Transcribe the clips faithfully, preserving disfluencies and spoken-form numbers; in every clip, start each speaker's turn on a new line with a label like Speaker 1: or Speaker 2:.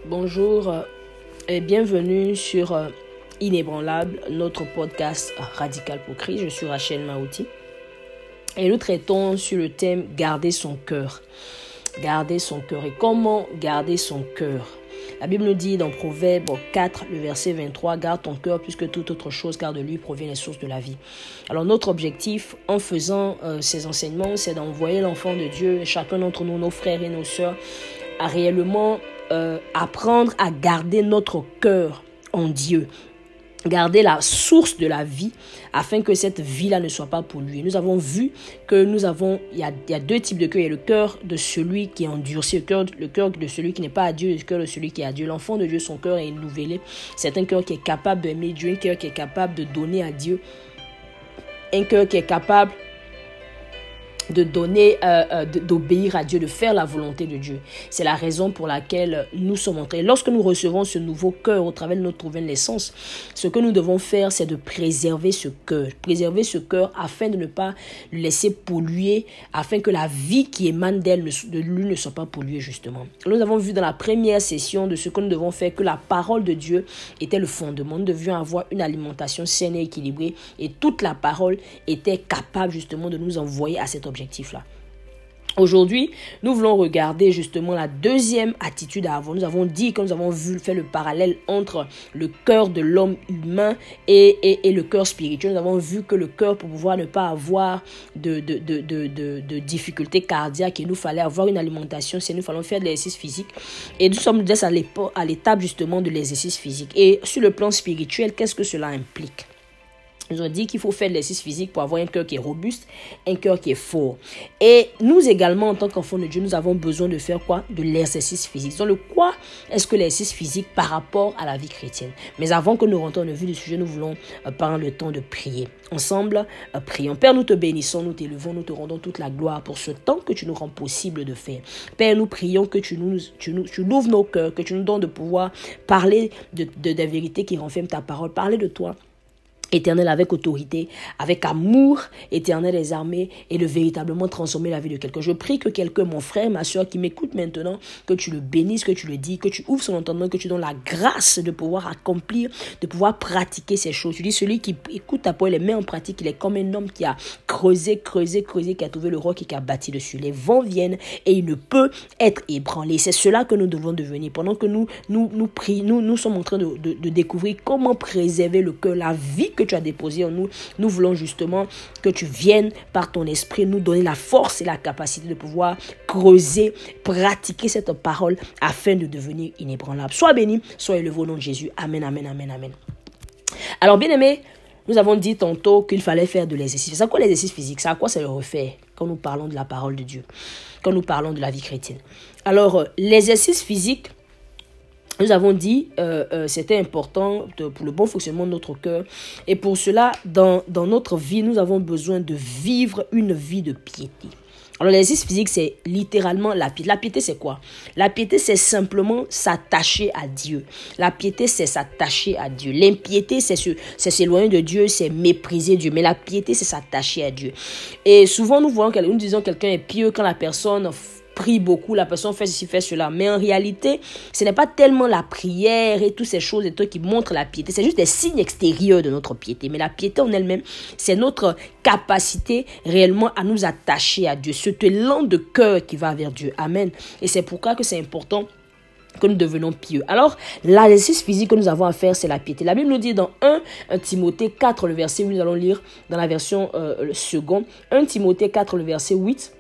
Speaker 1: Bonjour euh, et bienvenue sur euh, Inébranlable, notre podcast Radical pour Christ. Je suis Rachel Maouti et nous traitons sur le thème garder son cœur. Garder son cœur et comment garder son cœur. La Bible nous dit dans Proverbe quatre, le verset vingt-trois, garde ton cœur plus que toute autre chose, car de lui proviennent les sources de la vie. Alors notre objectif en faisant euh, ces enseignements, c'est d'envoyer l'enfant de Dieu, chacun d'entre nous, nos frères et nos sœurs, à réellement euh, apprendre à garder notre cœur en Dieu. Garder la source de la vie afin que cette vie-là ne soit pas polluée. Nous avons vu que nous avons, il y a, il y a deux types de cœur. Il y a le cœur de celui qui est endurci, le cœur, le cœur de celui qui n'est pas à Dieu, le cœur de celui qui est à Dieu. L'enfant de Dieu, son cœur est renouvelé. C'est un cœur qui est capable d'aimer Dieu, un cœur qui est capable de donner à Dieu, un cœur qui est capable de donner, euh, euh, d'obéir à Dieu, de faire la volonté de Dieu. C'est la raison pour laquelle nous sommes entrés. Lorsque nous recevons ce nouveau cœur au travers de notre nouvelle naissance, ce que nous devons faire, c'est de préserver ce cœur. Préserver ce cœur afin de ne pas le laisser polluer, afin que la vie qui émane d'elle, de lui, ne soit pas polluée justement. Nous avons vu dans la première session de ce que nous devons faire que la parole de Dieu était le fondement. Nous devions avoir une alimentation saine et équilibrée et toute la parole était capable justement de nous envoyer à cet objectif. Là. Aujourd'hui, nous voulons regarder justement la deuxième attitude à avoir. Nous avons dit, comme nous avons vu, fait le parallèle entre le cœur de l'homme humain et, et, et le cœur spirituel. Nous avons vu que le cœur, pour pouvoir ne pas avoir de, de, de, de, de, de difficultés cardiaques, il nous fallait avoir une alimentation, c'est nous fallait faire de l'exercice physique. Et nous sommes déjà à l'étape justement de l'exercice physique. Et sur le plan spirituel, qu'est-ce que cela implique? Nous ont dit qu'il faut faire de l'exercice physique pour avoir un cœur qui est robuste, un cœur qui est fort. Et nous également, en tant qu'enfants de Dieu, nous avons besoin de faire quoi? De l'exercice physique. Donc, le quoi est-ce que l'exercice physique par rapport à la vie chrétienne? Mais avant que nous rentrions dans le vif du sujet, nous voulons euh, prendre le temps de prier. Ensemble, euh, prions. Père, nous te bénissons, nous t'élevons, nous te rendons toute la gloire pour ce temps que tu nous rends possible de faire. Père, nous prions que tu nous, tu nous, tu nous ouvres nos cœurs, que tu nous donnes de pouvoir parler de, de, des vérités qui renferment ta parole, parler de toi. Éternel, avec autorité, avec amour, éternel des armées, et de véritablement transformer la vie de quelqu'un. Je prie que quelqu'un, mon frère, ma soeur, qui m'écoute maintenant, que tu le bénisses, que tu le dis, que tu ouvres son entendement, que tu donnes la grâce de pouvoir accomplir, de pouvoir pratiquer ces choses. Tu dis, celui qui écoute ta parole et les met en pratique, il est comme un homme qui a creusé, creusé, creusé, qui a trouvé le roc et qui a bâti dessus. Les vents viennent et il ne peut être ébranlé. C'est cela que nous devons devenir. Pendant que nous, nous, nous prions, nous, nous sommes en train de, de, de découvrir comment préserver le cœur, la vie que que tu as déposé en nous. Nous voulons justement que tu viennes par ton esprit nous donner la force et la capacité de pouvoir creuser, pratiquer cette parole afin de devenir inébranlable. Sois béni, sois élevé au nom de Jésus. Amen, amen, amen, amen. Alors, bien aimé, nous avons dit tantôt qu'il fallait faire de l'exercice. C'est quoi l'exercice physique? C'est à quoi ça le refaire quand nous parlons de la parole de Dieu, quand nous parlons de la vie chrétienne? Alors, l'exercice physique, nous avons dit euh, euh, c'était important de, pour le bon fonctionnement de notre cœur. Et pour cela, dans, dans notre vie, nous avons besoin de vivre une vie de piété. Alors, l'exercice physique, c'est littéralement la piété. La piété, c'est quoi? La piété, c'est simplement s'attacher à Dieu. La piété, c'est s'attacher à Dieu. L'impiété, c'est, se, c'est s'éloigner de Dieu, c'est mépriser Dieu. Mais la piété, c'est s'attacher à Dieu. Et souvent, nous voyons, nous disons que quelqu'un est pieux quand la personne prie beaucoup, la personne fait ceci, fait cela. Mais en réalité, ce n'est pas tellement la prière et toutes ces choses et tout qui montrent la piété. C'est juste des signes extérieurs de notre piété. Mais la piété en elle-même, c'est notre capacité réellement à nous attacher à Dieu. Cet élan de cœur qui va vers Dieu. Amen. Et c'est pourquoi que c'est important que nous devenons pieux. Alors, l'exercice physique que nous avons à faire, c'est la piété. La Bible nous dit dans premier Timothée quatre, le verset huit, nous allons lire dans la version euh, seconde. premier Timothée quatre, le verset huit.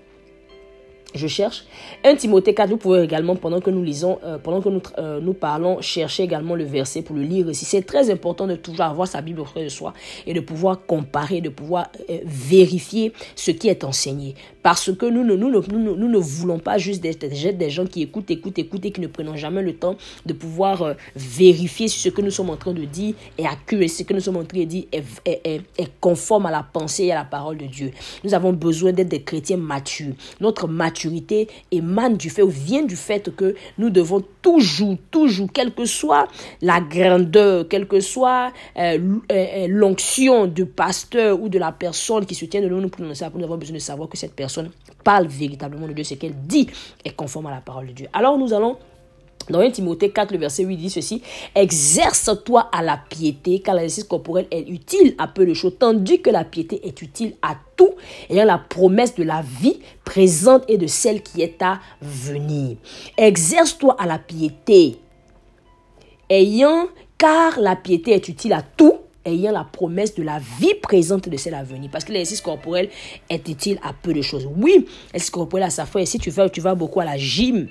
Speaker 1: Je cherche. premier Timothée quatre, vous pouvez également, pendant que nous lisons, euh, pendant que nous, euh, nous parlons, chercher également le verset pour le lire ici. C'est très important de toujours avoir sa Bible auprès de soi et de pouvoir comparer, de pouvoir euh, vérifier ce qui est enseigné. Parce que nous, nous, nous, nous, nous, nous ne voulons pas juste des, des, des gens qui écoutent, écoutent, écoutent et qui ne prennent jamais le temps de pouvoir euh, vérifier si ce que nous sommes en train de dire est accurate, ce que nous sommes en train de dire est, est, est, est conforme à la pensée et à la parole de Dieu. Nous avons besoin d'être des chrétiens matures. Notre maturité émane du fait ou vient du fait que nous devons toujours, toujours, quelle que soit la grandeur, quelle que soit euh, euh, l'onction du pasteur ou de la personne qui se tient de nous, nous, nous avons besoin de savoir que cette personne parle véritablement de Dieu, ce qu'elle dit est conforme à la parole de Dieu. Alors nous allons Dans un Timothée quatre, le verset huit dit ceci: exerce-toi à la piété, car l'exercice corporel est utile à peu de choses, tandis que la piété est utile à tout, ayant la promesse de la vie présente et de celle qui est à venir. Exerce-toi à la piété, ayant, car la piété est utile à tout, ayant la promesse de la vie présente et de celle à venir. Parce que l'exercice corporel est utile à peu de choses. Oui, l'exercice corporel a sa foi. Et si tu vas, tu vas beaucoup à la gym,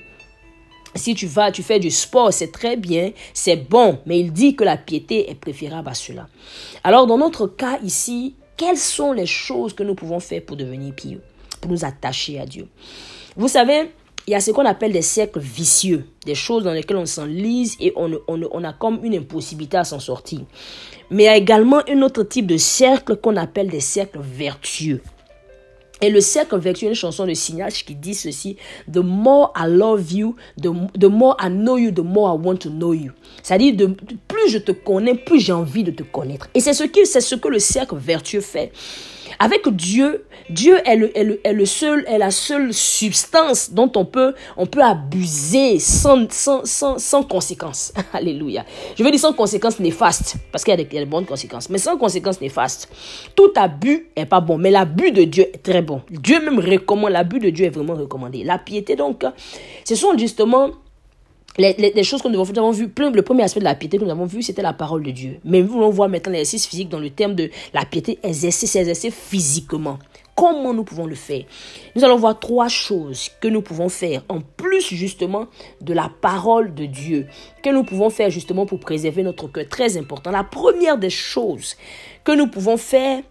Speaker 1: si tu vas, tu fais du sport, c'est très bien, c'est bon, mais il dit que la piété est préférable à cela. Alors, dans notre cas ici, quelles sont les choses que nous pouvons faire pour devenir pieux, pour nous attacher à Dieu? Vous savez, il y a ce qu'on appelle des cercles vicieux, des choses dans lesquelles on s'enlise et on, on, on a comme une impossibilité à s'en sortir. Mais il y a également un autre type de cercle qu'on appelle des cercles vertueux. Et le cercle vertueux, une chanson de Signache qui dit ceci: the more I love you, the, the more I know you, the more I want to know you. C'est-à-dire, de, de, plus je te connais, plus j'ai envie de te connaître. Et c'est ce, qui, c'est ce que le cercle vertueux fait. Avec Dieu, Dieu est, le, est, le, est, le seul, est la seule substance dont on peut, on peut abuser sans, sans, sans, sans conséquences. Alléluia. Je veux dire sans conséquences néfastes, parce qu'il y a des, il y a des bonnes conséquences, mais sans conséquences néfastes. Tout abus est pas bon, mais l'abus de Dieu est très bon. Dieu même recommande, l'abus de Dieu est vraiment recommandé. La piété, donc, ce sont justement Les, les, les choses que nous avons vues, le premier aspect de la piété que nous avons vu, c'était la parole de Dieu. Mais nous allons voir maintenant l'exercice physique dans le terme de la piété, exercer, s'exercer physiquement. Comment nous pouvons le faire? Nous allons voir trois choses que nous pouvons faire, en plus justement de la parole de Dieu, que nous pouvons faire justement pour préserver notre cœur. Très important. La première des choses que nous pouvons faire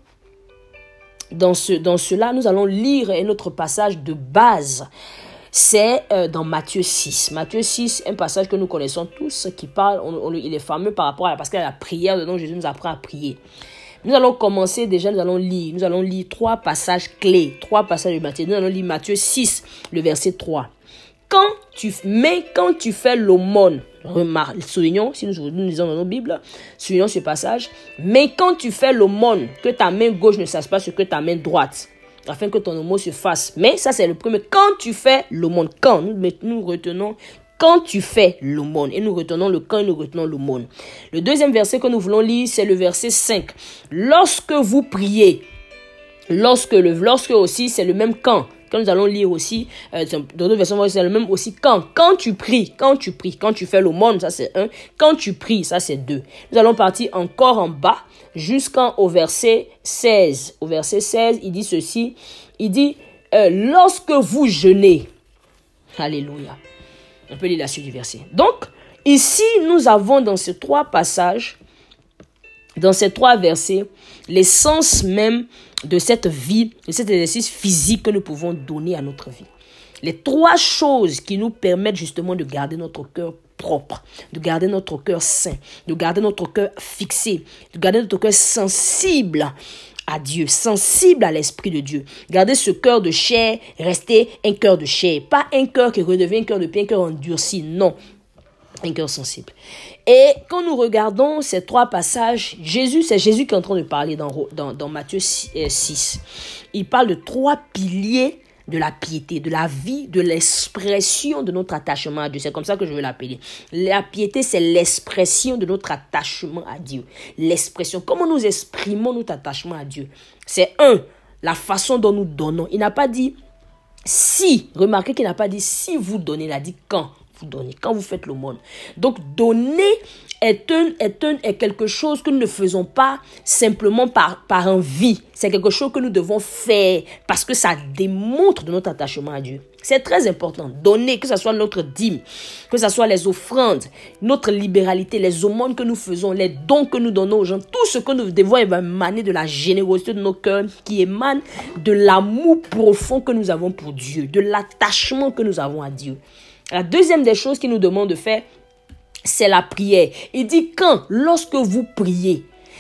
Speaker 1: dans, ce, dans cela, nous allons lire un autre passage de base. C'est euh, dans Matthieu six. Matthieu six, un passage que nous connaissons tous, qui parle, on, on, il est fameux par rapport à, parce qu'à la prière, dont Jésus nous apprend à prier. Nous allons commencer déjà, nous allons lire, nous allons lire trois passages clés, trois passages de Matthieu. Nous allons lire Matthieu six, le verset trois. Quand tu, mais quand tu fais l'aumône, remarque, soulignons, si nous, nous lisons dans nos Bibles, soulignons ce passage, mais quand tu fais l'aumône, que ta main gauche ne sache pas ce que ta main droite, afin que ton aumône se fasse. Mais ça, c'est le premier. Quand tu fais l'aumône, quand nous, nous retenons, quand tu fais l'aumône, et nous retenons le quand et nous retenons l'aumône. Le deuxième verset que nous voulons lire, c'est le verset cinq. Lorsque vous priez, lorsque, le, lorsque aussi, c'est le même quand. Quand nous allons lire aussi, euh, dans d'autres versions, c'est le même aussi quand. Quand tu pries, quand tu pries, quand tu fais l'aumône, ça c'est un. Quand tu pries, ça c'est deux. Nous allons partir encore en bas, jusqu'au verset seize. Au verset seize, il dit ceci. Il dit, euh, lorsque vous jeûnez. Alléluia. On peut lire la suite du verset. Donc, ici, nous avons dans ces trois passages, dans ces trois versets, l'essence même de cette vie, de cet exercice physique que nous pouvons donner à notre vie. Les trois choses qui nous permettent justement de garder notre cœur propre, de garder notre cœur sain, de garder notre cœur fixé, de garder notre cœur sensible à Dieu, sensible à l'Esprit de Dieu. Garder ce cœur de chair, rester un cœur de chair. Pas un cœur qui redevient un cœur de pierre, un cœur endurci, non. Un cœur sensible. Et quand nous regardons ces trois passages, Jésus, c'est Jésus qui est en train de parler dans, dans, dans Matthieu six. Il parle de trois piliers de la piété, de la vie, de l'expression de notre attachement à Dieu. C'est comme ça que je veux l'appeler. La piété, c'est l'expression de notre attachement à Dieu. L'expression. Comment nous exprimons notre attachement à Dieu? C'est un, la façon dont nous donnons. Il n'a pas dit si. Remarquez qu'il n'a pas dit si vous donnez. Il a dit quand vous donnez, quand vous faites l'aumône. Donc, donner est, un, est, un, est quelque chose que nous ne faisons pas simplement par, par envie. C'est quelque chose que nous devons faire parce que ça démontre de notre attachement à Dieu. C'est très important. Donner, que ce soit notre dîme, que ce soit les offrandes, notre libéralité, les aumônes que nous faisons, les dons que nous donnons aux gens, tout ce que nous devons émaner de la générosité de nos cœurs, qui émane de l'amour profond que nous avons pour Dieu, de l'attachement que nous avons à Dieu. La deuxième des choses qu'il nous demande de faire, c'est la prière. Il dit quand, lorsque vous priez.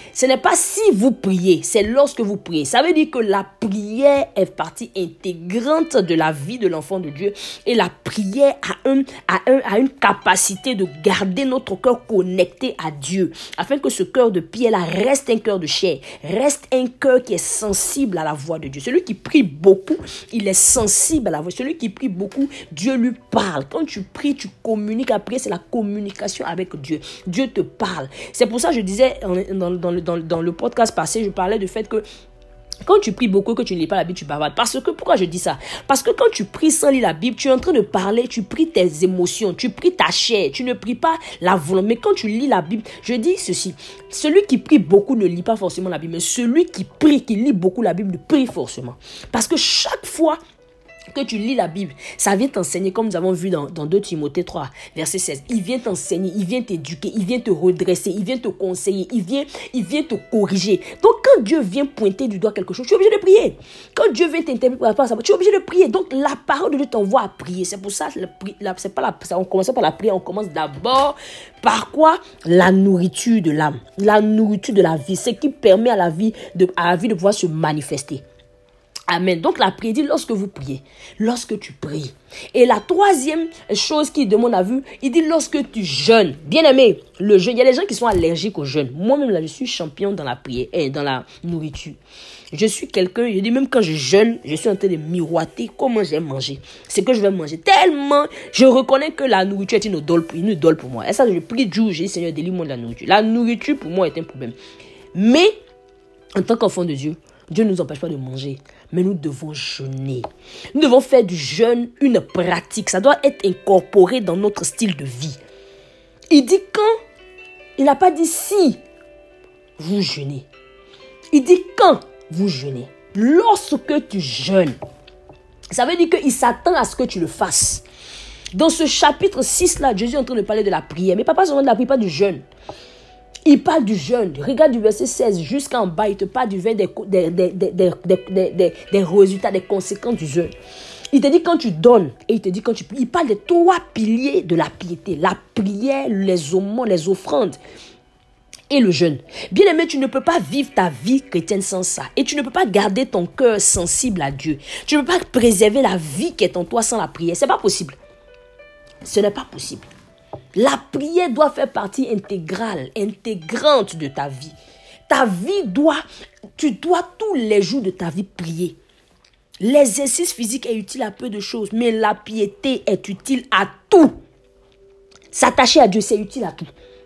Speaker 1: Ce n'est pas si vous priez, c'est lorsque vous priez. Ça veut dire que la prière est partie intégrante de la vie de l'enfant de Dieu. Et la prière a, un, a, un, a une capacité de garder notre cœur connecté à Dieu. Afin que ce cœur de pierre-là reste un cœur de chair. Reste un cœur qui est sensible à la voix de Dieu. Celui qui prie beaucoup, il est sensible à la voix. Celui qui prie beaucoup, Dieu lui parle. Quand tu pries, tu communiques. La prière, c'est la communication avec Dieu. Dieu te parle. C'est pour ça que je disais dans, dans, dans, dans le podcast passé, je parlais du fait que quand tu pries beaucoup, que tu ne lis pas la Bible, tu bavardes. Parce que, pourquoi je dis ça? Parce que quand tu pries sans lire la Bible, tu es en train de parler, tu pries tes émotions, tu pries ta chair, tu ne pries pas la volonté. Mais quand tu lis la Bible, je dis ceci, celui qui prie beaucoup ne lit pas forcément la Bible, mais celui qui prie, qui lit beaucoup la Bible, prie forcément. Parce que chaque fois que tu lis la Bible, ça vient t'enseigner, comme nous avons vu dans, dans deux Timothée trois, verset seize. Il vient t'enseigner, il vient t'éduquer, il vient te redresser, il vient te conseiller, il vient, il vient te corriger. Donc, quand Dieu vient pointer du doigt quelque chose, tu es obligé de prier. Quand Dieu vient t'interpeller par rapport à ça, tu es obligé de prier. Donc, la parole de Dieu t'envoie à prier. C'est pour ça, la, la, c'est pas la, ça, on commence par la prière, on commence d'abord par quoi? La nourriture de l'âme, la nourriture de la vie, ce qui permet à la vie de, à la vie de pouvoir se manifester. Amen. Donc la prière dit lorsque vous priez, lorsque tu pries. Et la troisième chose qu'il demande à vous, il dit lorsque tu jeûnes. Bien aimé, le jeûne, il y a des gens qui sont allergiques au jeûne. Moi-même là, je suis champion dans la prière et dans la nourriture. Je suis quelqu'un, je dis même quand je jeûne, je suis en train de miroiter comment j'ai mangé. C'est que je vais manger. Tellement, je reconnais que la nourriture est une idole, une idole pour moi. Et ça, je prie Dieu, j'ai dit Seigneur, délivre-moi de la nourriture. La nourriture pour moi est un problème. Mais, en tant qu'enfant de Dieu, Dieu ne nous empêche pas de manger, mais nous devons jeûner. Nous devons faire du jeûne une pratique. Ça doit être incorporé dans notre style de vie. Il dit quand, il n'a pas dit si vous jeûnez. Il dit quand vous jeûnez. Lorsque tu jeûnes. Ça veut dire qu'il s'attend à ce que tu le fasses. Dans ce chapitre six là, Jésus est en train de parler de la prière. Mais pas seulement de la prière, pas du jeûne. Il parle du jeûne. Regarde du verset seize jusqu'en bas. Il te parle du des, des, des, des, des, des, des, des résultats, des conséquences du jeûne. Il te dit quand tu donnes et il te dit quand tu pries. Il parle des trois piliers de la piété. La prière, les aumônes, les offrandes et le jeûne. Bien aimé, tu ne peux pas vivre ta vie chrétienne sans ça. Et tu ne peux pas garder ton cœur sensible à Dieu. Tu ne peux pas préserver la vie qui est en toi sans la prière. Ce n'est pas possible. Ce n'est pas possible. La prière doit faire partie intégrale, intégrante de ta vie. Ta vie doit, tu dois tous les jours de ta vie prier. L'exercice physique est utile à peu de choses, mais la piété est utile à tout. S'attacher à Dieu, c'est utile à tout.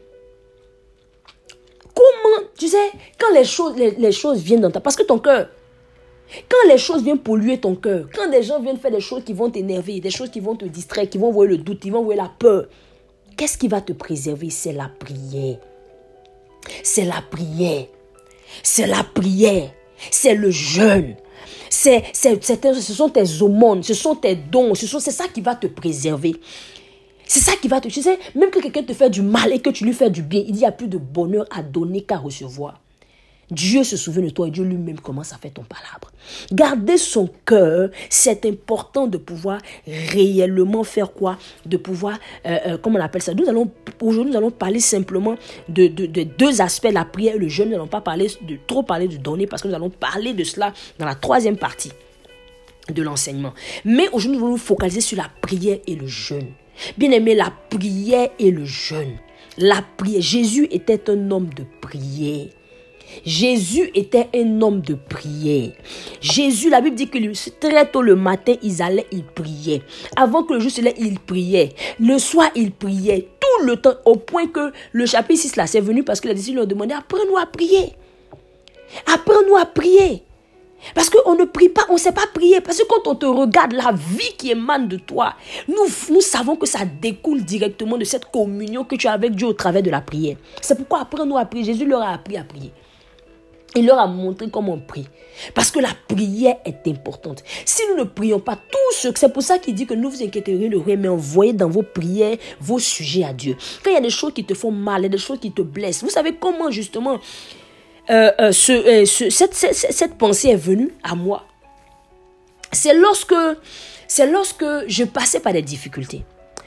Speaker 1: Comment, tu sais, quand les choses, les, les choses viennent dans ta... Parce que ton cœur, quand les choses viennent polluer ton cœur, quand des gens viennent faire des choses qui vont t'énerver, des choses qui vont te distraire, qui vont envoyer le doute, qui vont envoyer la peur, qu'est-ce qui va te préserver? C'est la prière. C'est la prière. C'est la prière. C'est le jeûne. C'est, c'est, c'est, ce sont tes aumônes, ce sont tes dons, ce sont, c'est ça qui va te préserver. C'est ça qui va te... Tu sais, même que quelqu'un te fait du mal et que tu lui fais du bien, il dit il n'y a plus de bonheur à donner qu'à recevoir. Dieu se souvient de toi et Dieu lui-même commence à faire ton palabre. Garder son cœur, c'est important de pouvoir réellement faire quoi? De pouvoir, euh, euh, comment on appelle ça? Nous allons, aujourd'hui, nous allons parler simplement de, de, de deux aspects, la prière et le jeûne. Nous n'allons pas parler de, trop parler de donner parce que nous allons parler de cela dans la troisième partie de l'enseignement. Mais aujourd'hui, nous allons nous focaliser sur la prière et le jeûne. Bien aimé, la prière et le jeûne. La prière. Jésus était un homme de prière. Jésus était un homme de prière. Jésus, la Bible dit que lui, très tôt le matin, ils allaient, ils priaient. Avant que le jour se lève, ils priaient. Le soir, ils priaient. Tout le temps, au point que le chapitre six là, c'est venu parce que les disciples lui ont demandé, apprends-nous à prier. Apprends-nous à prier. Parce qu'on ne prie pas, on ne sait pas prier. Parce que quand on te regarde, la vie qui émane de toi, nous, nous savons que ça découle directement de cette communion que tu as avec Dieu au travers de la prière. C'est pourquoi apprends-nous à prier. Jésus leur a appris à prier. Il leur a montré comment on prie. Parce que la prière est importante. Si nous ne prions pas tout ce... C'est pour ça qu'il dit que ne vous inquiétez rien de rien, mais envoyez dans vos prières vos sujets à Dieu. Quand il y a des choses qui te font mal, il y a des choses qui te blessent. Vous savez comment justement euh, euh, ce, euh, ce, cette, cette, cette pensée est venue à moi? C'est lorsque, c'est lorsque je passais par des difficultés.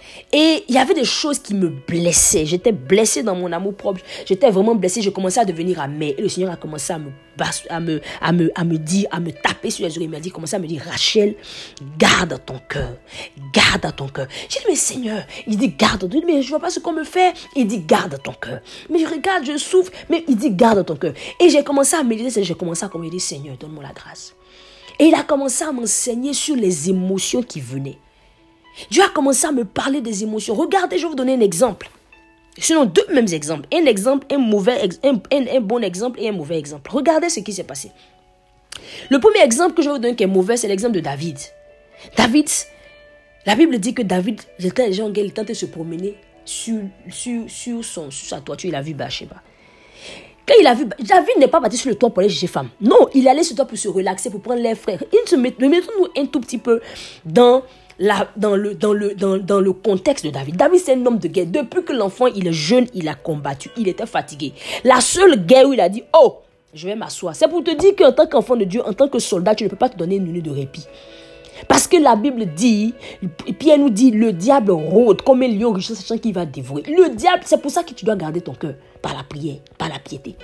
Speaker 1: Et il y avait des choses qui me blessaient. J'étais blessée dans mon amour propre. J'étais vraiment blessée. Je commençais à devenir amère. Et le Seigneur a commencé à me, à me, à me, à me dire, à me taper sur les oreilles. Il m'a dit, commencé à me dire, Rachel, garde ton cœur. Garde ton cœur. J'ai dit, mais Seigneur, il dit, garde ton cœur. Mais je ne vois pas ce qu'on me fait. Il dit, garde ton cœur. Mais je regarde, je souffre. Mais il dit, garde ton cœur. Et j'ai commencé à méditer. J'ai commencé à me dire, Seigneur, donne-moi la grâce. Et il a commencé à m'enseigner sur les émotions qui venaient. Dieu a commencé à me parler des émotions. Regardez, je vais vous donner un exemple. Sinon, deux mêmes exemples. Un exemple, un mauvais, un, un, un bon exemple et un mauvais exemple. Regardez ce qui s'est passé. Le premier exemple que je vais vous donner qui est mauvais, c'est l'exemple de David. David, la Bible dit que David, j'étais déjà en guerre, il tentait de se promener sur, sur, sur, son, sur sa toiture. Il a vu Bathsheba. Quand il a vu, David n'est pas parti sur le toit pour aller chercher femme. Non, il allait sur le toit pour se relaxer, pour prendre l'air frais. Il se met, mettons-nous un tout petit peu dans... Là, dans, le, dans, le, dans, dans le contexte de David. David, c'est un homme de guerre. Depuis que l'enfant, il est jeune, il a combattu. Il était fatigué. La seule guerre où il a dit, oh, je vais m'asseoir. C'est pour te dire qu'en tant qu'enfant de Dieu, en tant que soldat, tu ne peux pas te donner une minute de répit. Parce que la Bible dit, Pierre nous dit, le diable rôde comme un lion riche, sachant qu'il va dévorer. Le diable, c'est pour ça que tu dois garder ton cœur. Par la prière, par la piété.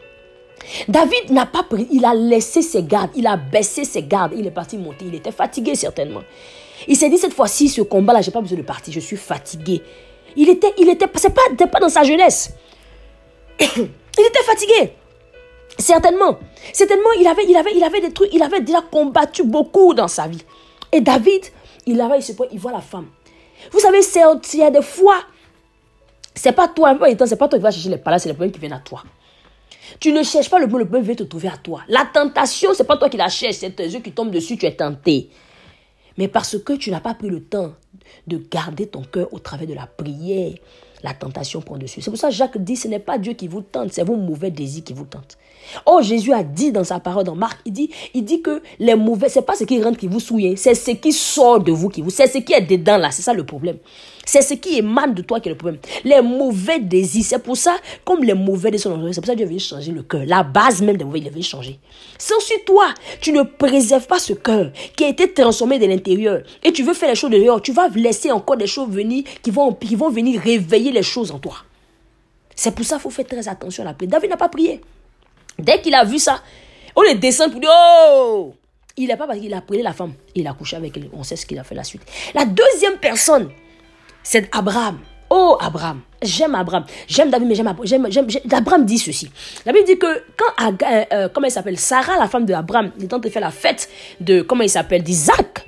Speaker 1: David n'a pas pris, il a laissé ses gardes, il a baissé ses gardes, il est parti monter, il était fatigué certainement. Il s'est dit cette fois-ci, ce combat-là, je n'ai pas besoin de partir, je suis fatigué. Il était, il était, c'est pas, c'était pas dans sa jeunesse. Il était fatigué. Certainement. Certainement, il avait, il avait, il avait des trucs, il avait déjà combattu beaucoup dans sa vie. Et David, il avait, il se pointe, il voit la femme. Vous savez, c'est, il y a des fois, c'est pas toi, c'est pas toi qui vas chercher les palaces, c'est les problèmes qui viennent à toi. Tu ne cherches pas le problème, le problème vient te trouver à toi. La tentation, c'est pas toi qui la cherches, c'est tes yeux qui tombent dessus, tu es tenté. Mais parce que tu n'as pas pris le temps de garder ton cœur au travers de la prière, la tentation prend dessus. C'est pour ça que Jacques dit, ce n'est pas Dieu qui vous tente, c'est vos mauvais désirs qui vous tentent. Oh, Jésus a dit dans sa parole, dans Marc, il dit, il dit que les mauvais, c'est pas ce qui rentre qui vous souille, c'est ce qui sort de vous qui vous, c'est ce qui est dedans là, c'est ça le problème. C'est ce qui émane de toi qui est le problème. Les mauvais désirs, c'est pour ça, comme les mauvais désirs, c'est pour ça que Dieu veut changer le cœur. La base même des mauvais, il veut changer. Si ensuite toi, tu ne préserves pas ce cœur qui a été transformé de l'intérieur et tu veux faire les choses de dehors, tu vas laisser encore des choses venir qui vont, qui vont venir réveiller les choses en toi. C'est pour ça qu'il faut faire très attention à la prière. David n'a pas prié. Dès qu'il a vu ça, on les descend pour dire oh! Il n'a pas parce qu'il a prié la femme et il a couché avec elle. On sait ce qu'il a fait la suite. La deuxième personne, c'est Abraham. Oh, Abraham. J'aime Abraham. J'aime David, mais j'aime Abraham. J'aime, j'aime, j'aime. Abraham dit ceci. La Bible dit que quand, euh, euh, comment il s'appelle, Sarah, la femme de Abraham, il est en train de faire la fête de, comment il s'appelle, d'Isaac.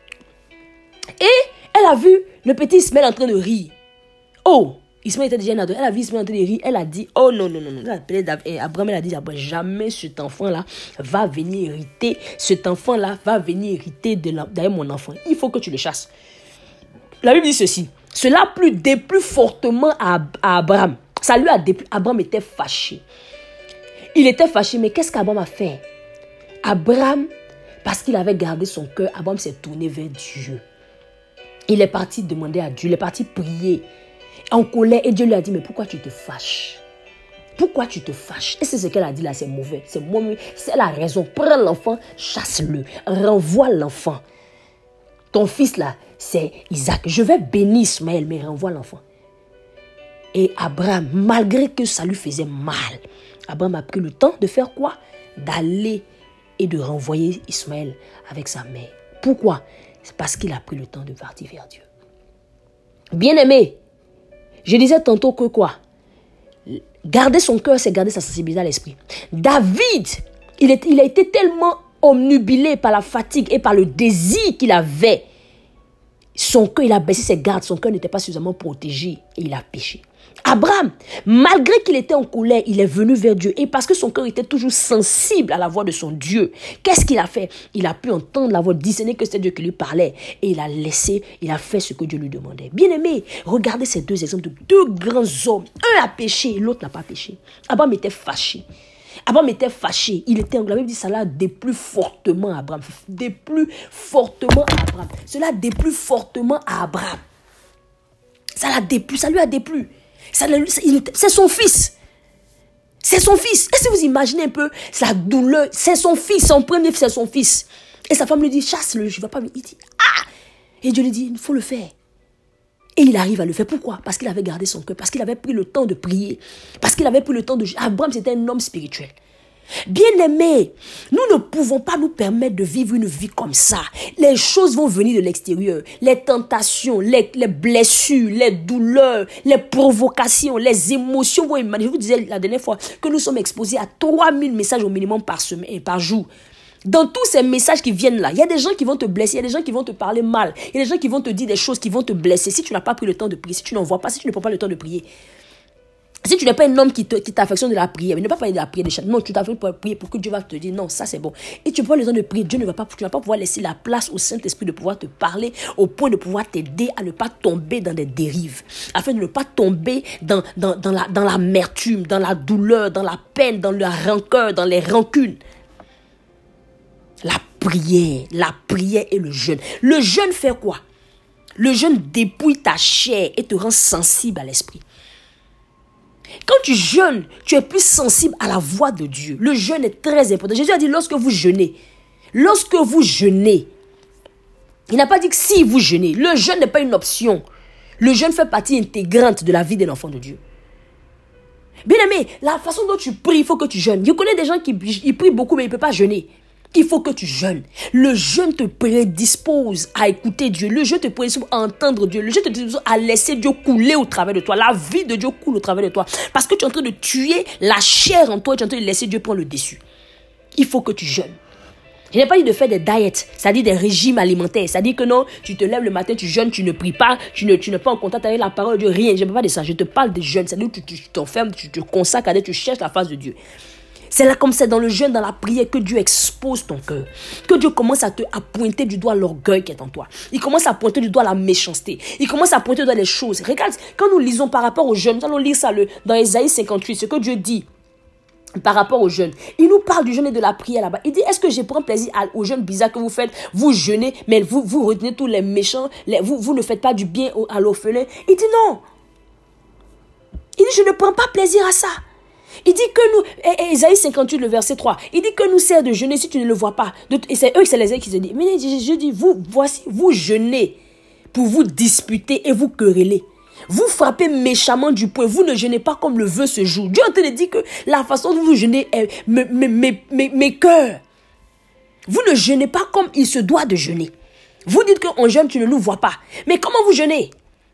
Speaker 1: Et elle a vu le petit Ismaël en train de rire. Oh, Ismaël était déjà une ado. Elle a vu Ismaël en train de rire. Elle a dit, oh non, non, non, non. Et Abraham, elle a dit, jamais cet enfant-là va venir hériter. Cet enfant-là va venir hériter de la, derrière mon enfant. Il faut que tu le chasses. La Bible dit ceci. Cela plut déplut fortement à, à Abraham. Ça lui a déplu. Abraham était fâché. Il était fâché, mais qu'est-ce qu'Abraham a fait? Abraham, parce qu'il avait gardé son cœur, Abraham s'est tourné vers Dieu. Il est parti demander à Dieu, il est parti prier en colère et Dieu lui a dit, mais pourquoi tu te fâches? Pourquoi tu te fâches? Et c'est ce qu'elle a dit là, c'est mauvais. C'est mauvais. C'est la raison. Prends l'enfant, chasse-le, renvoie l'enfant. Ton fils là, c'est Isaac. Je vais bénir Ismaël, mais renvoie l'enfant. Et Abraham, malgré que ça lui faisait mal, Abraham a pris le temps de faire quoi? D'aller et de renvoyer Ismaël avec sa mère. Pourquoi? C'est parce qu'il a pris le temps de partir vers Dieu. Bien-aimé, je disais tantôt que quoi? Garder son cœur, c'est garder sa sensibilité à l'esprit. David, il, est, il a été tellement omnubilé par la fatigue et par le désir qu'il avait. Son cœur, il a baissé ses gardes, son cœur n'était pas suffisamment protégé et il a péché. Abraham, malgré qu'il était en colère, il est venu vers Dieu. Et parce que son cœur était toujours sensible à la voix de son Dieu, qu'est-ce qu'il a fait? Il a pu entendre la voix, discerner que c'était Dieu qui lui parlait. Et il a laissé, il a fait ce que Dieu lui demandait. Bien aimé, regardez ces deux exemples de deux grands hommes. Un a péché, l'autre n'a pas péché. Abraham était fâché. Abraham était fâché. Il était, la Bible dit, ça l'a déplu fortement à Abraham. Déplu fortement à Abraham. Cela déplu fortement à Abraham. Ça l'a déplu, ça lui a déplu. Ça, c'est son fils. C'est son fils. Est-ce que vous imaginez un peu sa douleur? C'est son fils, son premier fils, c'est son fils. Et sa femme lui dit, chasse-le, je ne vais pas. Il dit, ah! Et Dieu lui dit, il faut le faire. Et il arrive à le faire. Pourquoi? Parce qu'il avait gardé son cœur. Parce qu'il avait pris le temps de prier. Parce qu'il avait pris le temps de... Abraham, c'était un homme spirituel. Bien-aimés, nous ne pouvons pas nous permettre de vivre une vie comme ça. Les choses vont venir de l'extérieur. Les tentations, les, les blessures, les douleurs, les provocations, les émotions vont émaner. Je vous disais la dernière fois que nous sommes exposés à trois mille messages au minimum par semaine et par jour. Dans tous ces messages qui viennent là, il y a des gens qui vont te blesser, il y a des gens qui vont te parler mal, il y a des gens qui vont te dire des choses qui vont te blesser. Si tu n'as pas pris le temps de prier, si tu n'en vois pas, si tu ne prends pas le temps de prier, si tu n'es pas un homme qui, te, qui t'affectionne de la prière, mais ne pas parler de la prière des chats. Non, tu t'affectionnes pour prier pour que Dieu va te dire non, ça c'est bon. Et tu prends le temps de prier, Dieu ne va pas, tu ne vas pas pouvoir laisser la place au Saint-Esprit de pouvoir te parler au point de pouvoir t'aider à ne pas tomber dans des dérives, afin de ne pas tomber dans, dans, dans, la, dans l'amertume, dans la douleur, dans la peine, dans la rancœur, dans les rancunes. La prière, la prière et le jeûne. Le jeûne fait quoi? Le jeûne dépouille ta chair et te rend sensible à l'esprit. Quand tu jeûnes, tu es plus sensible à la voix de Dieu. Le jeûne est très important. Jésus a dit lorsque vous jeûnez, lorsque vous jeûnez, il n'a pas dit que si vous jeûnez. Le jeûne n'est pas une option. Le jeûne fait partie intégrante de la vie d'un enfant de Dieu. Bien aimé, la façon dont tu pries, il faut que tu jeûnes. Je connais des gens qui ils prient beaucoup mais ils ne peuvent pas jeûner. Il faut que tu jeûnes. Le jeûne te prédispose à écouter Dieu. Le jeûne te prédispose à entendre Dieu. Le jeûne te prédispose à laisser Dieu couler au travers de toi. La vie de Dieu coule au travers de toi. Parce que tu es en train de tuer la chair en toi et tu es en train de laisser Dieu prendre le dessus. Il faut que tu jeûnes. Je n'ai pas dit de faire des diets, c'est-à-dire des régimes alimentaires. C'est-à-dire que non, tu te lèves le matin, tu jeûnes, tu ne pries pas, tu ne, tu n'es pas en contact avec la parole de Dieu, rien. Je ne parle pas de ça. Je te parle de jeûne. C'est-à-dire que tu, tu t'enfermes, tu te consacres à Dieu, tu cherches la face de Dieu. C'est là comme c'est dans le jeûne, dans la prière que Dieu expose ton cœur. Que Dieu commence à te à pointer du doigt l'orgueil qui est en toi. Il commence à pointer du doigt la méchanceté. Il commence à pointer du doigt les choses. Regarde, quand nous lisons par rapport au jeûne, nous allons lire ça le, dans Ésaïe cinquante-huit, ce que Dieu dit par rapport au jeûne. Il nous parle du jeûne et de la prière là-bas. Il dit, est-ce que je prends plaisir à, au jeûne bizarre que vous faites? Vous jeûnez, mais vous, vous retenez tous les méchants. Les, vous, vous ne faites pas du bien au, à l'orphelin. Il dit non. Il dit, je ne prends pas plaisir à ça. Il dit que nous, Ésaïe cinquante-huit, le verset trois, il dit que nous sert de jeûner si tu ne le vois pas. Et c'est eux, c'est les uns qui se disent, mais je dis, vous, voici, vous jeûnez pour vous disputer et vous quereller. Vous frappez méchamment du poing, vous ne jeûnez pas comme le veut ce jour. Dieu est en train de dire que la façon dont vous jeûnez est mes, mes, mes, mes, mes cœurs. Vous ne jeûnez pas comme il se doit de jeûner. Vous dites qu'on jeûne, tu ne nous vois pas. Mais comment vous jeûnez?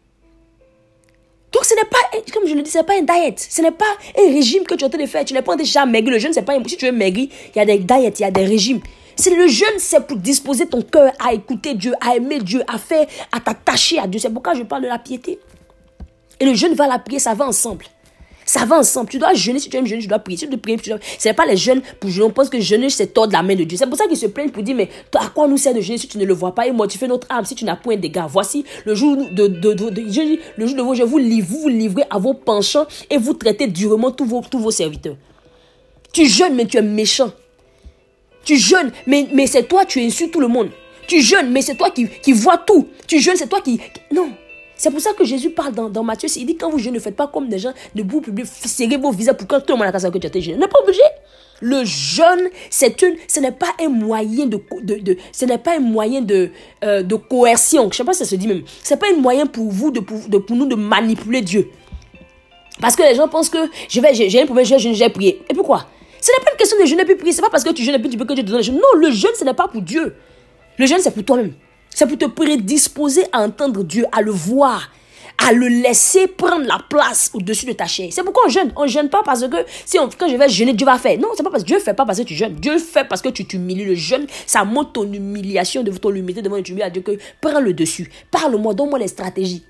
Speaker 1: Donc ce n'est pas, comme je le dis, ce n'est pas un diet. Ce n'est pas un régime que tu es en train de faire. Tu n'es pas déjà maigri. Le jeûne, c'est pas un... Si tu veux maigrir, il y a des diets, il y a des régimes. C'est le jeûne, c'est pour disposer ton cœur à écouter Dieu, à aimer Dieu, à faire, à t'attacher à Dieu. C'est pourquoi je parle de la piété. Et le jeûne va la prière, ça va ensemble. Ça va ensemble. Tu dois jeûner. Si tu aimes jeûner, tu dois prier. Si tu dois prier, tu dois... Ce n'est pas les jeûnes pour jeûner. On pense que jeûner, c'est tordre la main de Dieu. C'est pour ça qu'ils se plaignent pour dire, mais à quoi nous sert de jeûner si tu ne le vois pas? Et mortifier notre âme si tu n'as point d'égard. Voici le jour de, de, de, de, je dis, le jour de vos jeux, vous, vous vous livrez à vos penchants et vous traitez durement tous vos, tous vos serviteurs. Tu jeûnes, mais tu es méchant. Tu jeûnes, mais, mais c'est toi, tu insultes tout le monde. Tu jeûnes, mais c'est toi qui, qui vois tout. Tu jeûnes, c'est toi qui... Non. C'est pour ça que Jésus parle dans, dans Matthieu. Il dit, quand vous jeûnez, ne faites pas comme des gens debout public, serrez vos visages pour quand tout le monde a que tu as été jeûné. On n'est pas obligé. Le jeûne, c'est une, ce n'est pas un moyen de, de, de ce n'est pas un moyen de, euh, de coercion. Je ne sais pas si ça se dit même. Ce n'est pas un moyen pour vous, de, pour, de, pour nous de manipuler Dieu. Parce que les gens pensent que je vais, j'ai, j'ai un problème, je vais, je vais prier. Et pourquoi? Ce n'est pas une question de jeûner puis prier. Ce n'est pas parce que tu jeûnes puis tu peux que Dieu te donne le jeûne. Non, le jeûne, ce n'est pas pour Dieu. Le jeûne, c'est pour toi-même. C'est pour te prédisposer à entendre Dieu, à le voir, à le laisser prendre la place au-dessus de ta chair. C'est pourquoi on jeûne. On ne jeûne pas parce que si on, quand je vais jeûner, Dieu va faire. Non, c'est pas parce que Dieu ne fait pas parce que tu jeûnes. Dieu fait parce que tu t'humilies. Le jeûne, ça montre ton humiliation, de ton humilité devant Dieu. À Dieu que prends le dessus. Parle-moi, donne-moi les stratégies.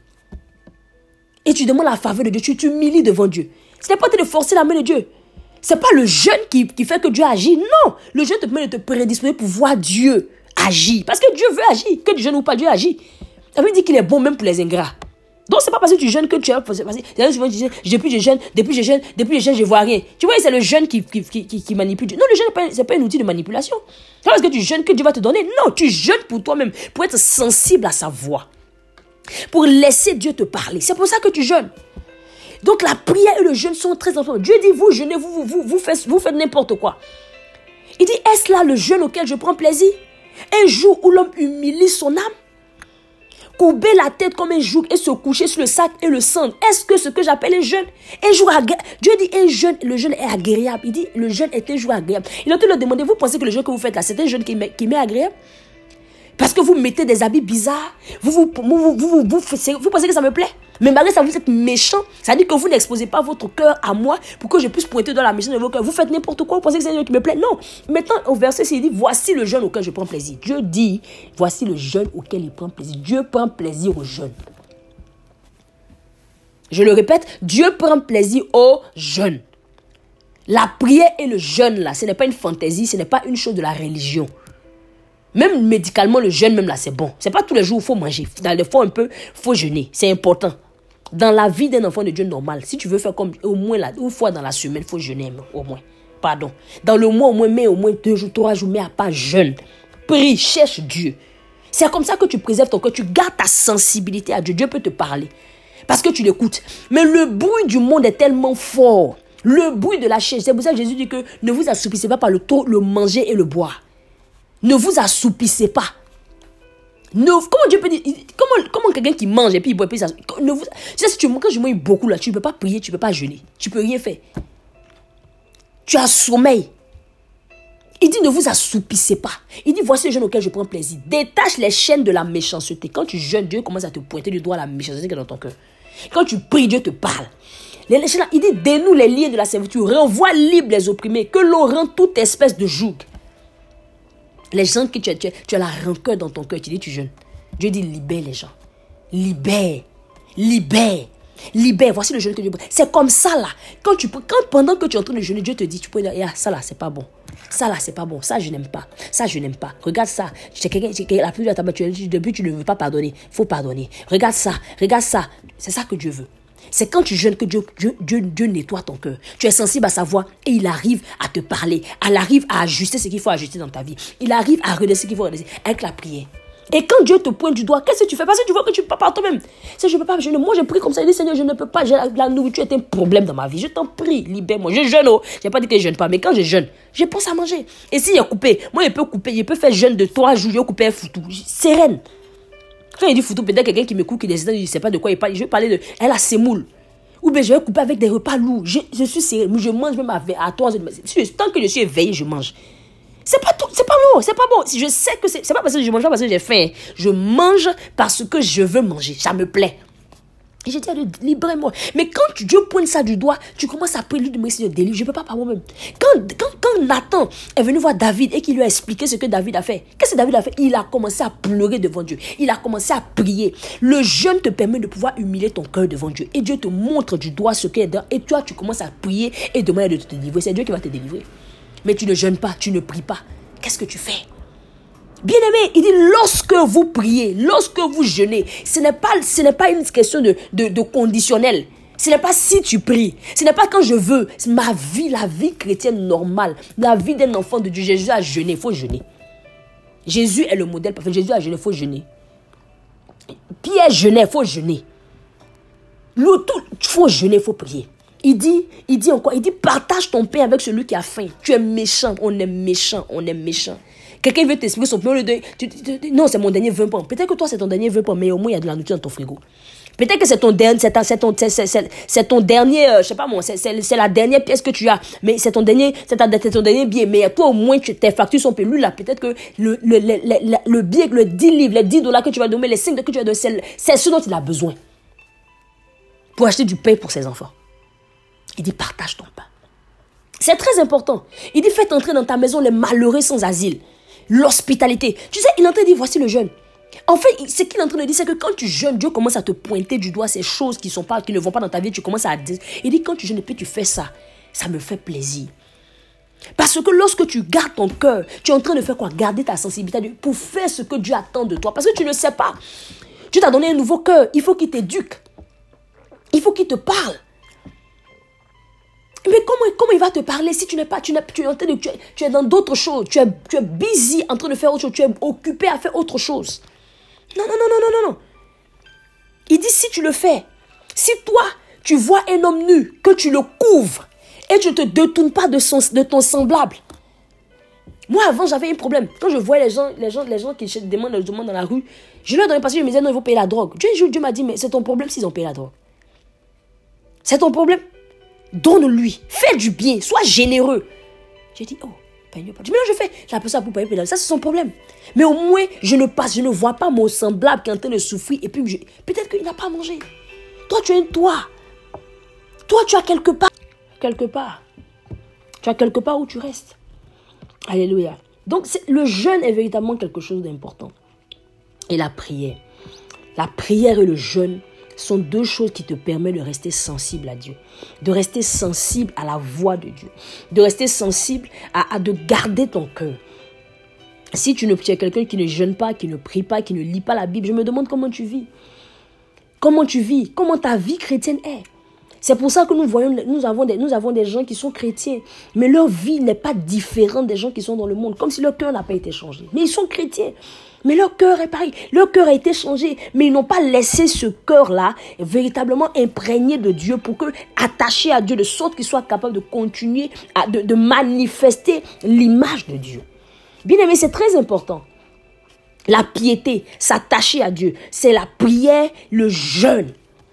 Speaker 1: Et tu demandes la faveur de Dieu. Tu t'humilies devant Dieu. Ce n'est pas de forcer la main de Dieu. Ce n'est pas le jeûne qui, qui fait que Dieu agit. Non, le jeûne te permet de te prédisposer pour voir Dieu agit. Parce que Dieu veut agir. Que tu jeûnes ou pas, Dieu agit. Ça veut dire qu'il est bon même pour les ingrats. Donc, c'est pas parce que tu jeûnes que tu as... Depuis que je jeûne, depuis que je jeûne, depuis que je jeûne, je vois rien. Tu vois, c'est le jeûne qui, qui, qui, qui manipule Dieu. Non, le jeûne, ce n'est pas un outil de manipulation. C'est parce que tu jeûnes que Dieu va te donner. Non, tu jeûnes pour toi-même, pour être sensible à sa voix. Pour laisser Dieu te parler. C'est pour ça que tu jeûnes. Donc, la prière et le jeûne sont très importants. Dieu dit, vous jeûnez, vous, vous, vous, vous faites, vous faites n'importe quoi. Il dit, est-ce là le jeûne auquel je prends plaisir? Un jour où l'homme humilie son âme. courber la tête comme un joug et se coucher sur le sac et le sang. Est-ce que ce que j'appelle un jeûne? Un jour agréable. Dieu dit un jeûne, le jeûne est agréable. Il dit le jeûne est un jour agréable. Il a te le demander, vous pensez que le jeûne que vous faites là, c'est un jeûne qui m'est, qui m'est agréable? Parce que vous mettez des habits bizarres, vous vous, vous, vous, vous, vous, vous, vous pensez que ça me plaît? Mais malgré ça, vous êtes méchant. Ça veut dire que vous n'exposez pas votre cœur à moi pour que je puisse pointer dans la méchanceté de vos cœurs. Vous faites n'importe quoi, vous pensez que c'est un jeûne qui me plaît? Non. Maintenant, au verset, il dit, voici le jeûne auquel je prends plaisir. Dieu dit, voici le jeûne auquel il prend plaisir. Dieu prend plaisir au jeûne. Je le répète, Dieu prend plaisir au jeûne. La prière et le jeûne, là, ce n'est pas une fantaisie, ce n'est pas une chose de la religion. Même médicalement, le jeûne, même là, c'est bon. C'est pas tous les jours où il faut manger. Dans les fois un peu, il faut jeûner. C'est important. Dans la vie d'un enfant de Dieu normal, si tu veux faire comme au moins là, une fois dans la semaine, il faut jeûner au moins. Pardon. Dans le mois, au moins, mets au moins deux jours, trois jours, mets à pas jeûne. Prie, cherche Dieu. C'est comme ça que tu préserves ton cœur. Tu gardes ta sensibilité à Dieu. Dieu peut te parler. Parce que tu l'écoutes. Mais le bruit du monde est tellement fort. Le bruit de la chair. C'est pour ça que Jésus dit que ne vous assoupissez pas par le trop, le manger et le boire. Ne vous assoupissez pas. Ne, comment Dieu peut dire, comment, comment quelqu'un qui mange et puis il boit et puis ça, ne vous, tu sais, si tu, quand je mange beaucoup là, tu ne peux pas prier, tu ne peux pas jeûner, tu ne peux rien faire. Tu as sommeil. Il dit ne vous assoupissez pas. Il dit voici le jeûne auquel je prends plaisir. Détache les chaînes de la méchanceté. Quand tu jeûnes, Dieu commence à te pointer du doigt la méchanceté qui est dans ton cœur. Quand tu pries, Dieu te parle. Les, les, il dit dénoue les liens de la servitude, renvoie libre les opprimés, que l'on rend toute espèce de joug. Les gens que tu as, tu, as, tu as la rancœur dans ton cœur, tu dis tu jeûnes. Dieu dit libère les gens. Libère. Libère. Libère. Voici le jeûne que Dieu prend. C'est comme ça là. Quand tu, quand, pendant que tu es en train de jeûner, Dieu te dit, tu peux dire, ah, ça là, c'est pas bon. Ça là, c'est pas bon. Ça, je n'aime pas. Ça, je n'aime pas. Regarde ça. C'est quelqu'un, c'est quelqu'un, la pluie de ta tu, depuis, tu ne veux pas pardonner. Il faut pardonner. Regarde ça. Regarde ça. C'est ça que Dieu veut. C'est quand tu jeûnes que Dieu, Dieu, Dieu, Dieu nettoie ton cœur. Tu es sensible à sa voix et il arrive à te parler. Il arrive à ajuster ce qu'il faut ajuster dans ta vie. Il arrive à redresser ce qu'il faut redresser avec la prière. Et quand Dieu te pointe du doigt, qu'est-ce que tu fais? Parce que tu vois que tu ne peux pas par toi-même. Si je ne peux pas jeûner, moi je prie comme ça. Je dis Seigneur, je ne peux pas. La, la nourriture est un problème dans ma vie. Je t'en prie, libère-moi. Je jeûne. Oh. Je n'ai pas dit que je ne jeûne pas, mais quand je jeûne, je pense à manger. Et s'il y a coupé, moi je peux couper. Je peux faire jeûne de trois jours. Je peux couper un foutou. Sereine. Quand il dit foutou, peut-être quelqu'un qui me coupe, qui décide, je ne sais pas de quoi il parle. Je vais parler de. Elle a semoule. Ou bien je vais couper avec des repas lourds. Je, je suis sérieux. Je mange même à, à trois heures. Tant que je suis éveillé, je mange. C'est pas tout, c'est pas bon, c'est pas bon. Je sais que c'est, c'est pas parce que je mange pas parce que j'ai faim. Je mange parce que je veux manger. Ça me plaît. Et je dis à Dieu, libère-moi. Mais quand tu, Dieu pointe ça du doigt, tu commences à prier, lui de me dire, délivre. Je ne peux pas par moi-même. Quand, quand, quand Nathan est venu voir David et qu'il lui a expliqué ce que David a fait, qu'est-ce que David a fait? Il a commencé à pleurer devant Dieu. Il a commencé à prier. Le jeûne te permet de pouvoir humilier ton cœur devant Dieu. Et Dieu te montre du doigt ce qui est dedans. Et toi, tu commences à prier et demander de te délivrer. C'est Dieu qui va te délivrer. Mais tu ne jeûnes pas, tu ne pries pas. Qu'est-ce que tu fais? Bien-aimé, il dit lorsque vous priez, lorsque vous jeûnez, ce n'est pas, ce n'est pas une question de, de, de conditionnel. Ce n'est pas si tu pries. Ce n'est pas quand je veux. C'est ma vie, la vie chrétienne normale, la vie d'un enfant de Dieu. Jésus a jeûné, il faut jeûner. Jésus est le modèle parfait. Jésus a jeûné, il faut jeûner. Pierre jeûnait, il faut jeûner. Il faut jeûner, il faut prier. Il dit, il dit encore, il dit partage ton pain avec celui qui a faim. Tu es méchant, on est méchant, on est méchant. Quelqu'un veut t'expliquer son pain, de, tu, tu, tu, non, c'est mon dernier vingt pains. Peut-être que toi c'est ton dernier vingt pains, mais au moins il y a de la nourriture dans ton frigo. Peut-être que c'est ton dernier, c'est, c'est ton, c'est, c'est, c'est, c'est ton dernier, euh, je sais pas moi, c'est, c'est, c'est la dernière pièce que tu as, mais c'est ton dernier, c'est, ta, c'est ton dernier billet. Mais toi au moins tu, tes factures sont payées. Lui là, peut-être que le, le, le, le, le billet, le dix livres, les dix dollars que tu vas donner, les cinq dollars que tu vas donner, c'est, c'est ce dont il a besoin pour acheter du pain pour ses enfants. Il dit partage ton pain. C'est très important. Il dit faites entrer dans ta maison les malheureux sans asile. L'hospitalité. Tu sais, il est en train de dire voici le jeûne. En fait, ce qu'il est en train de dire, c'est que quand tu jeûnes, Dieu commence à te pointer du doigt ces choses qui, sont pas, qui ne vont pas dans ta vie. Tu commences à dire. Il dit quand tu jeûnes et puis tu fais ça, ça me fait plaisir. Parce que lorsque tu gardes ton cœur, tu es en train de faire quoi? Garder ta sensibilité pour faire ce que Dieu attend de toi. Parce que tu ne sais pas. Dieu t'a donné un nouveau cœur. Il faut qu'il t'éduque. Il faut qu'il te parle. Mais comment, comment il va te parler si tu n'es pas, tu, n'es, tu, es, en train de, tu, es, tu es dans d'autres choses, tu es, tu es busy en train de faire autre chose, tu es occupé à faire autre chose. Non, non, non, non, non, non, non. Il dit si tu le fais, si toi, tu vois un homme nu, que tu le couvres et tu ne te détournes pas de, son, de ton semblable, Moi, avant, j'avais un problème. Quand je voyais les gens, les gens, les gens qui demandent, les demandent dans la rue, je leur donnais parce que je me disais, non, il faut payer la drogue. Dieu, Dieu m'a dit, mais c'est ton problème s'ils ont payé la drogue. C'est ton problème. Donne-lui. Fais du bien. Sois généreux. J'ai dit, oh, paye pas. Mais non, je fais. J'appelle ça pour payer. Ça, c'est son problème. Mais au moins, je ne passe, je ne vois pas mon semblable qui est en train de souffrir. Et puis, je, peut-être qu'il n'a pas mangé. Toi, tu es un toit. Toi, tu as quelque part. Quelque part. Tu as quelque part où tu restes. Alléluia. Donc, c'est, le jeûne est véritablement quelque chose d'important. Et la prière. La prière et le jeûne sont deux choses qui te permettent de rester sensible à Dieu. De rester sensible à la voix de Dieu. De rester sensible à, à de garder ton cœur. Si tu, ne, tu es quelqu'un qui ne jeûne pas, qui ne prie pas, qui ne lit pas la Bible, je me demande comment tu vis. Comment tu vis? Comment ta vie chrétienne est? C'est pour ça que nous voyons, nous avons, des, nous avons des gens qui sont chrétiens, mais leur vie n'est pas différente des gens qui sont dans le monde, comme si leur cœur n'a pas été changé. Mais ils sont chrétiens, mais leur cœur est pareil. Leur cœur a été changé, mais ils n'ont pas laissé ce cœur-là véritablement imprégné de Dieu pour que, attaché à Dieu, de sorte qu'ils soient capables de continuer à de, de manifester l'image de Dieu. Bien aimé, c'est très important. La piété, s'attacher à Dieu, c'est la prière, le jeûne.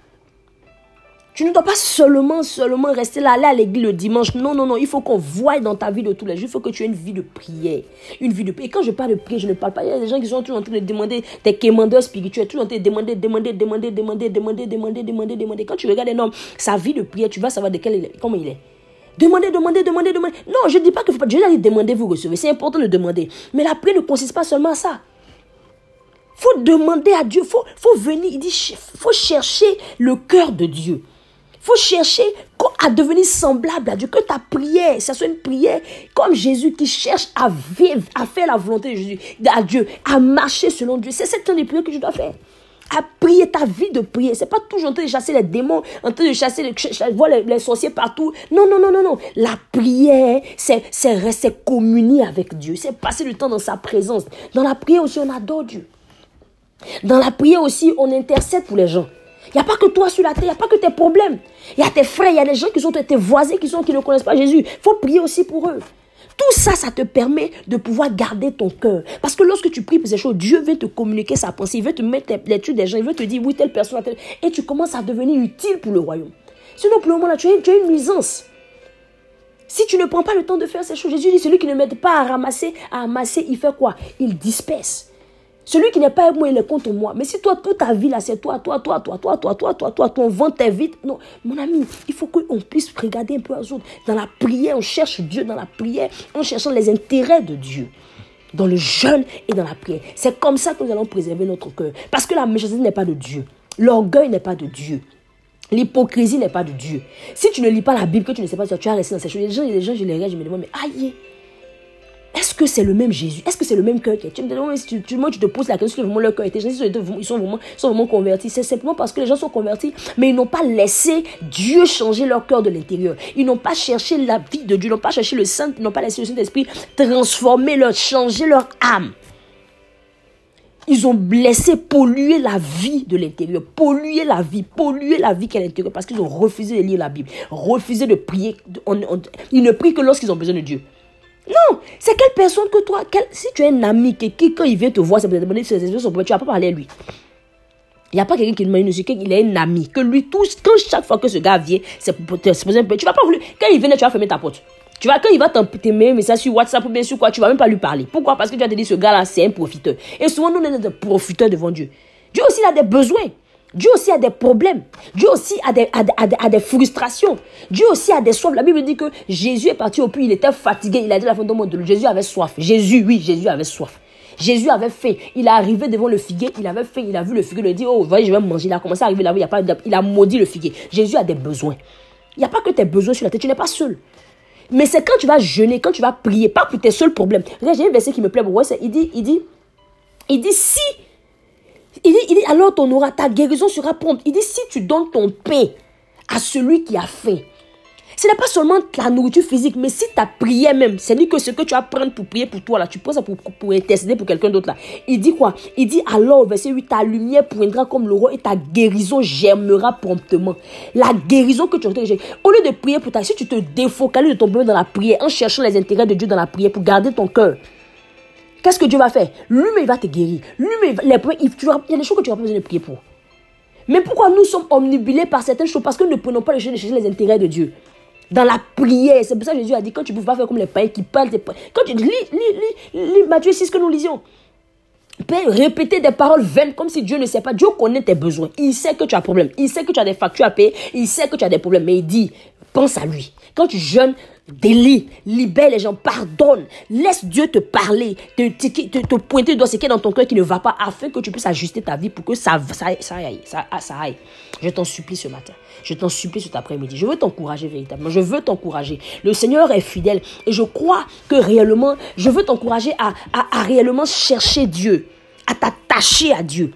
Speaker 1: Tu ne dois pas seulement, seulement rester là, aller à l'église le dimanche. Non, non, non. Il faut qu'on voie dans ta vie de tous les jours. Il faut que tu aies une vie de prière. Une vie de prière. Et quand je parle de prière, je ne parle pas. Il y a des gens qui sont toujours en train de demander, des commandeurs spirituels, toujours en train de demander, demander, demander, demander, demander, demander, demander, demander. Quand tu regardes un homme, sa vie de prière, tu vas savoir de quel il est, comment il est. Demandez, demandez, demandez, demandez. Non, je ne dis pas qu'il ne faut pas. Dieu a dit demandez, vous recevez. C'est important de demander. Mais la prière ne consiste pas seulement à ça. Il faut demander à Dieu. Il faut, faut venir. Il dit, il faut chercher le cœur de Dieu. Il faut chercher à devenir semblable à Dieu. Que ta prière, ça soit une prière comme Jésus qui cherche à vivre, à faire la volonté de Jésus, à Dieu, à marcher selon Dieu. C'est cette temps de prière que je dois faire. À prier, ta vie de prière. C'est pas toujours en train de chasser les démons, en train de chasser les, voir les, les sorciers partout. Non, non, non, non, non. La prière, c'est, c'est rester communier avec Dieu. C'est passer du temps dans sa présence. Dans la prière aussi, on adore Dieu. Dans la prière aussi, on intercède pour les gens. Il n'y a pas que toi sur la terre, il n'y a pas que tes problèmes. Il y a tes frères, il y a des gens qui sont tes voisins qui, sont, qui ne connaissent pas Jésus. Il faut prier aussi pour eux. Tout ça, ça te permet de pouvoir garder ton cœur. Parce que lorsque tu pries pour ces choses, Dieu veut te communiquer sa pensée. Il veut te mettre l'étude des gens. Il veut te dire, oui, telle personne, telle... Et tu commences à devenir utile pour le royaume. Sinon, pour le moment, là, tu as, tu as une nuisance. Si tu ne prends pas le temps de faire ces choses, Jésus dit, celui qui ne m'aide pas à ramasser, à amasser, il fait quoi? Il disperse. Celui qui n'est pas avec moi, il est contre moi. Mais si toi, toute ta vie, là, c'est toi, toi, toi, toi, toi, toi, toi, toi, toi, ton ventre est vide. Non, mon ami, il faut qu'on puisse regarder un peu aux autres. Dans la prière, on cherche Dieu dans la prière, en cherchant les intérêts de Dieu. Dans le jeûne et dans la prière. C'est comme ça que nous allons préserver notre cœur. Parce que la méchanceté n'est pas de Dieu. L'orgueil n'est pas de Dieu. L'hypocrisie n'est pas de Dieu. Si tu ne lis pas la Bible, que tu ne sais pas, tu vas rester dans ces choses. Les gens, les gens, je les regarde, je me demande, mais aïe, est-ce que c'est le même Jésus? Est-ce que c'est le même cœur qui est? Tu me demandes, si tu, tu, tu te poses la question, si vraiment leur cœur était, ils sont vraiment, ils sont vraiment convertis. C'est simplement parce que les gens sont convertis, mais ils n'ont pas laissé Dieu changer leur cœur de l'intérieur. Ils n'ont pas cherché la vie de Dieu, ils n'ont pas cherché le Saint, ils n'ont pas laissé le Saint-Esprit transformer leur, changer leur âme. Ils ont blessé, pollué la vie de l'intérieur, pollué la vie, pollué la vie qui est à l'intérieur parce qu'ils ont refusé de lire la Bible, refusé de prier. On, on, ils ne prient que lorsqu'ils ont besoin de Dieu. Non, c'est quelle personne que toi, quel, si tu es un ami, qui, qui quand il vient te voir, c'est pour te demander si tu vas pas parler à lui. Il n'y a pas quelqu'un qui demande une musique, il est un ami, que lui, tout, quand chaque fois que ce gars vient, c'est pour te poser un peu. Tu vas pas vouloir, quand il vient, tu vas fermer ta porte. Tu vas, quand il va t'aimer, mais ça sur WhatsApp ou bien sur quoi, tu vas même pas lui parler. Pourquoi? Parce que tu vas te dire, ce gars-là, c'est un profiteur. Et souvent, nous, on est des profiteurs devant Dieu. Dieu aussi a des besoins. Dieu aussi a des problèmes. Dieu aussi a des, a, a, a des frustrations. Dieu aussi a des soifs. La Bible dit que Jésus est parti au puits, il était fatigué. Il a dit à la fin du monde, Jésus avait soif. Jésus, oui, Jésus avait soif. Jésus avait faim. Il est arrivé devant le figuier. Il avait faim. Il a vu le figuier. Il a dit, oh, voyez, je vais manger. Il a commencé à arriver là-bas. Il a, pas, il a maudit le figuier. Jésus a des besoins. Il n'y a pas que tes besoins sur la tête. Tu n'es pas seul. Mais c'est quand tu vas jeûner, quand tu vas prier, pas pour tes seuls problèmes. Regarde, j'ai un verset qui me plaît. Ouais, il dit, il dit, il dit, si Il dit, il dit, alors ton aura, ta guérison sera prompte. Il dit, si tu donnes ton pain à celui qui a faim, Ce n'est pas seulement la nourriture physique, mais si ta prière même, c'est dit que ce que tu vas prendre pour prier pour toi, là, tu prends ça pour, pour intercéder pour quelqu'un d'autre, là. Il dit quoi? Il dit alors, au verset huit, ta lumière poindra comme l'aurore et ta guérison germera promptement. La guérison que tu as reçue, au lieu de prier pour ta, si tu te défocalises de ton problème dans la prière, en cherchant les intérêts de Dieu dans la prière pour garder ton cœur, qu'est-ce que Dieu va faire? Lui-même, il va te guérir. Lui-même, il, il, il y a des choses que tu n'as pas besoin de prier pour. Mais pourquoi nous sommes omnubilés par certaines choses? Parce que nous ne prenons pas le chemin de chercher les intérêts de Dieu. Dans la prière, c'est pour ça que Jésus a dit, quand tu ne peux pas faire comme les païens qui parlent, quand tu lis, lis, lis, lis Matthieu six que nous lisions. Père, répéter des paroles vaines comme si Dieu ne sait pas. Dieu connaît tes besoins. Il sait que tu as un problème. Il sait que tu as des factures à payer. Il sait que tu as des problèmes. Mais il dit, pense à lui. Quand tu jeûnes, délie, libère les gens, pardonne. Laisse Dieu te parler, te, te, te, te pointer dans ce qui est dans ton cœur qui ne va pas, afin que tu puisses ajuster ta vie pour que ça, ça, ça aille. Ça, ça aille. Je t'en supplie ce matin. Je t'en supplie cet après-midi. Je veux t'encourager véritablement. Je veux t'encourager. Le Seigneur est fidèle. Et je crois que réellement, je veux t'encourager à, à, à réellement chercher Dieu. À t'attacher à Dieu.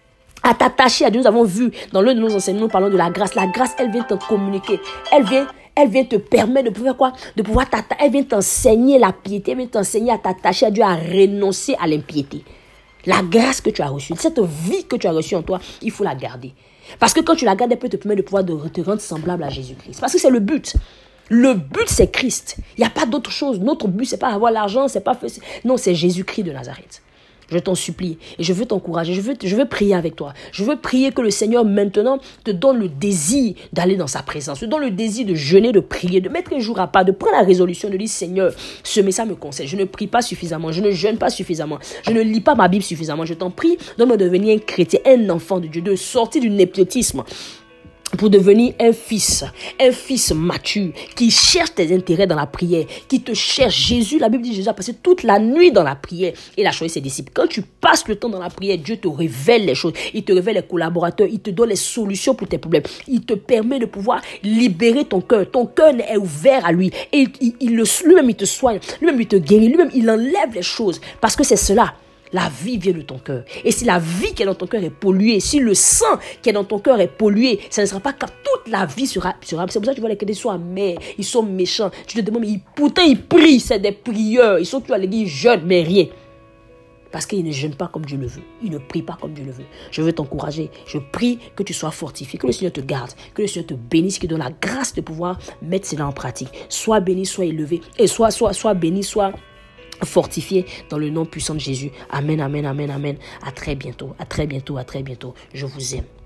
Speaker 1: À t'attacher à Dieu. Nous avons vu dans l'un de nos enseignements, nous parlons de la grâce. La grâce, elle vient te communiquer. Elle vient, elle vient te permettre de pouvoir quoi? De pouvoir t'attacher. Elle vient t'enseigner la piété. Elle vient t'enseigner à t'attacher à Dieu, à renoncer à l'impiété. La grâce que tu as reçue, cette vie que tu as reçue en toi, il faut la garder. Parce que quand tu la gardes, elle peut te permettre de pouvoir te rendre semblable à Jésus-Christ. Parce que c'est le but. Le but, c'est Christ. Il n'y a pas d'autre chose. Notre but, c'est pas avoir l'argent, c'est pas faire... Non, c'est Jésus-Christ de Nazareth. Je t'en supplie et je veux t'encourager, je veux, je veux prier avec toi. Je veux prier que le Seigneur maintenant te donne le désir d'aller dans sa présence, te donne le désir de jeûner, de prier, de mettre un jour à part, de prendre la résolution de dire Seigneur, ce message me concerne. Je ne prie pas suffisamment, je ne jeûne pas suffisamment, je ne lis pas ma Bible suffisamment. Je t'en prie, donne-moi de devenir un chrétien, un enfant de Dieu, de sortir du népotisme pour devenir un fils, un fils mature, qui cherche tes intérêts dans la prière, qui te cherche. Jésus, la Bible dit, Jésus a passé toute la nuit dans la prière. Et il a choisi ses disciples. Quand tu passes le temps dans la prière, Dieu te révèle les choses. Il te révèle les collaborateurs. Il te donne les solutions pour tes problèmes. Il te permet de pouvoir libérer ton cœur. Ton cœur est ouvert à lui. Et il, il, il, lui-même, il te soigne. Lui-même, il te guérit. Lui-même, il enlève les choses. Parce que c'est cela. La vie vient de ton cœur. Et si la vie qui est dans ton cœur est polluée, si le sang qui est dans ton cœur est pollué, ça ne sera pas capable. Toute la vie sera... sera c'est pour ça que tu vois les chrétiens sont amers, ils sont méchants. Tu te demandes, mais ils, pourtant ils prient, c'est des prieurs. Ils sont tous à l'église, ils jeûnent, mais rien. Parce qu'ils ne jeûnent pas comme Dieu le veut. Ils ne prient pas comme Dieu le veut. Je veux t'encourager. Je prie que tu sois fortifié, que le Seigneur te garde, que le Seigneur te bénisse, qu'il donne la grâce de pouvoir mettre cela en pratique. Sois béni, sois élevé, et sois, sois, sois béni, sois fortifié dans le nom puissant de Jésus. Amen, amen, amen, amen. À très bientôt, à très bientôt, à très bientôt. Je vous aime.